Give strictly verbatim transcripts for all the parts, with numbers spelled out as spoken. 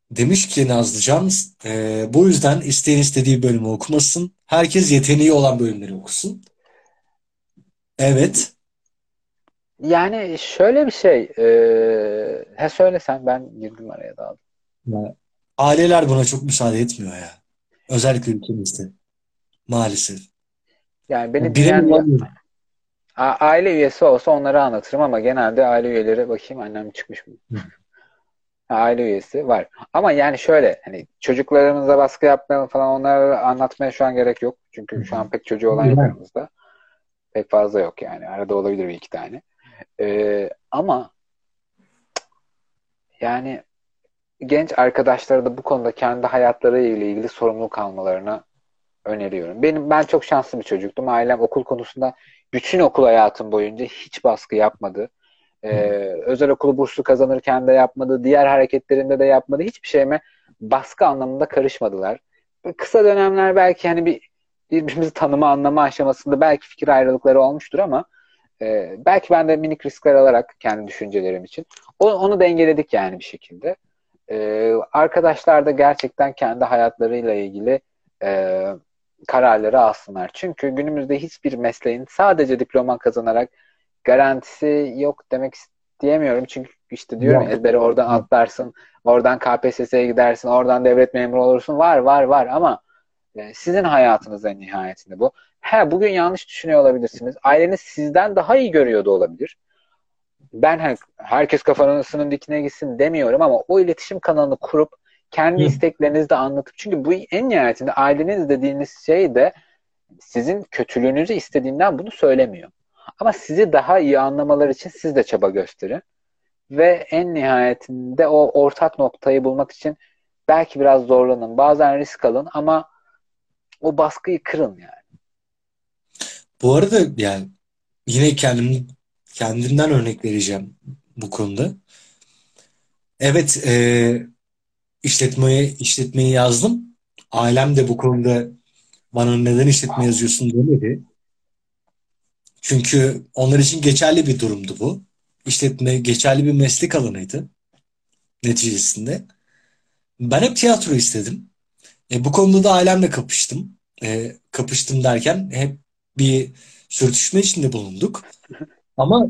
Demiş ki Nazlıcan, e, bu yüzden isteyen istediği bölümü okumasın. Herkes yeteneği olan bölümleri okusun. Evet. Yani şöyle bir şey. E, he söylesen ben girdim araya daldım. Ya, aileler buna çok müsaade etmiyor ya. Özellikle ülkemizde. Maalesef. Yani beni Yani birey dinleyen bir olamıyor. a- aile üyesi olsa onları anlatırım ama genelde aile üyeleri bakayım annem çıkmış mı? Hı. Ha, aile üyesi var. Ama yani şöyle hani çocuklarımıza baskı yapmayalım falan onları anlatmaya şu an gerek yok. Hı Çünkü şu an hı. pek çocuğu olan yok Yani, aramızda. Pek fazla yok yani. Arada olabilir bir iki tane. E, ama yani genç arkadaşlara da bu konuda kendi hayatları ile ilgili sorumluluk almalarını öneriyorum. Benim ben çok şanslı bir çocuktum. Ailem okul konusunda bütün okul hayatım boyunca hiç baskı yapmadı. Ee, hı. özel okulu burslu kazanırken de yapmadı, diğer hareketlerinde de yapmadı. Hiçbir şeyime baskı anlamında karışmadılar. Kısa dönemler belki hani bir birbirimizi tanıma anlama aşamasında belki fikir ayrılıkları olmuştur ama e, belki ben de minik riskler alarak kendi düşüncelerim için onu, onu dengeledik yani bir şekilde. Ee, arkadaşlar da gerçekten kendi hayatlarıyla ilgili e, kararları alsınlar. Çünkü günümüzde hiçbir mesleğin sadece diploma kazanarak garantisi yok demek isteyemiyorum. Çünkü işte diyorum ya Yok. ezbere oradan Yok. atlarsın, oradan K P S S'ye gidersin, oradan devlet memuru olursun. Var var var ama e, sizin hayatınız en nihayetinde bu. He, bugün yanlış düşünüyor olabilirsiniz. Aileniz sizden daha iyi görüyor da olabilir. Ben hani herkes kafanın dikine gitsin demiyorum ama o iletişim kanalını kurup kendi Hı. isteklerinizi de anlatıp çünkü bu en nihayetinde aileniz dediğiniz şey de sizin kötülüğünüzü istediğinden bunu söylemiyor. Ama sizi daha iyi anlamaları için siz de çaba gösterin ve en nihayetinde o ortak noktayı bulmak için belki biraz zorlanın, bazen risk alın ama o baskıyı kırın yani. Bu arada yani yine kendim, kendimden örnek vereceğim bu konuda. Evet, e, işletmeye işletmeyi yazdım. Ailem de bu konuda bana neden işletme yazıyorsun demedi. Çünkü onlar için geçerli bir durumdu bu. İşletme geçerli bir meslek alanıydı neticesinde. Ben hep tiyatro istedim. E, bu konuda da ailemle kapıştım. E, kapıştım derken hep bir sürtüşme içinde bulunduk. Ama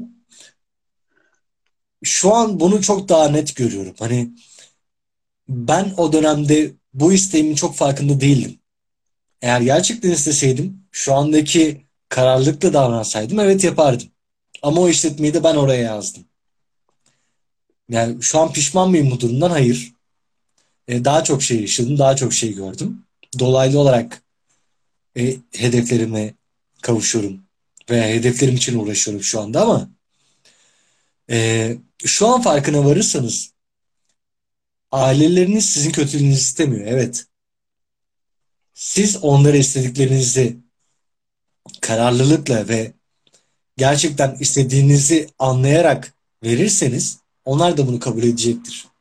şu an bunu çok daha net görüyorum. Hani ben o dönemde bu isteğimin çok farkında değildim. Eğer gerçekten isteseydim, şu andaki kararlılıkla davransaydım evet yapardım. Ama o işletmeyi de ben oraya yazdım. Yani şu an pişman mıyım bu durumdan? Hayır. E, daha çok şey yaşadım, daha çok şey gördüm. Dolaylı olarak e, hedeflerime kavuşuyorum veya hedeflerim için uğraşıyorum şu anda ama e, şu an farkına varırsanız aileleriniz sizin kötülüğünüzü istemiyor. Evet. Siz onlara istediklerinizi kararlılıkla ve gerçekten istediğinizi anlayarak verirseniz onlar da bunu kabul edecektir.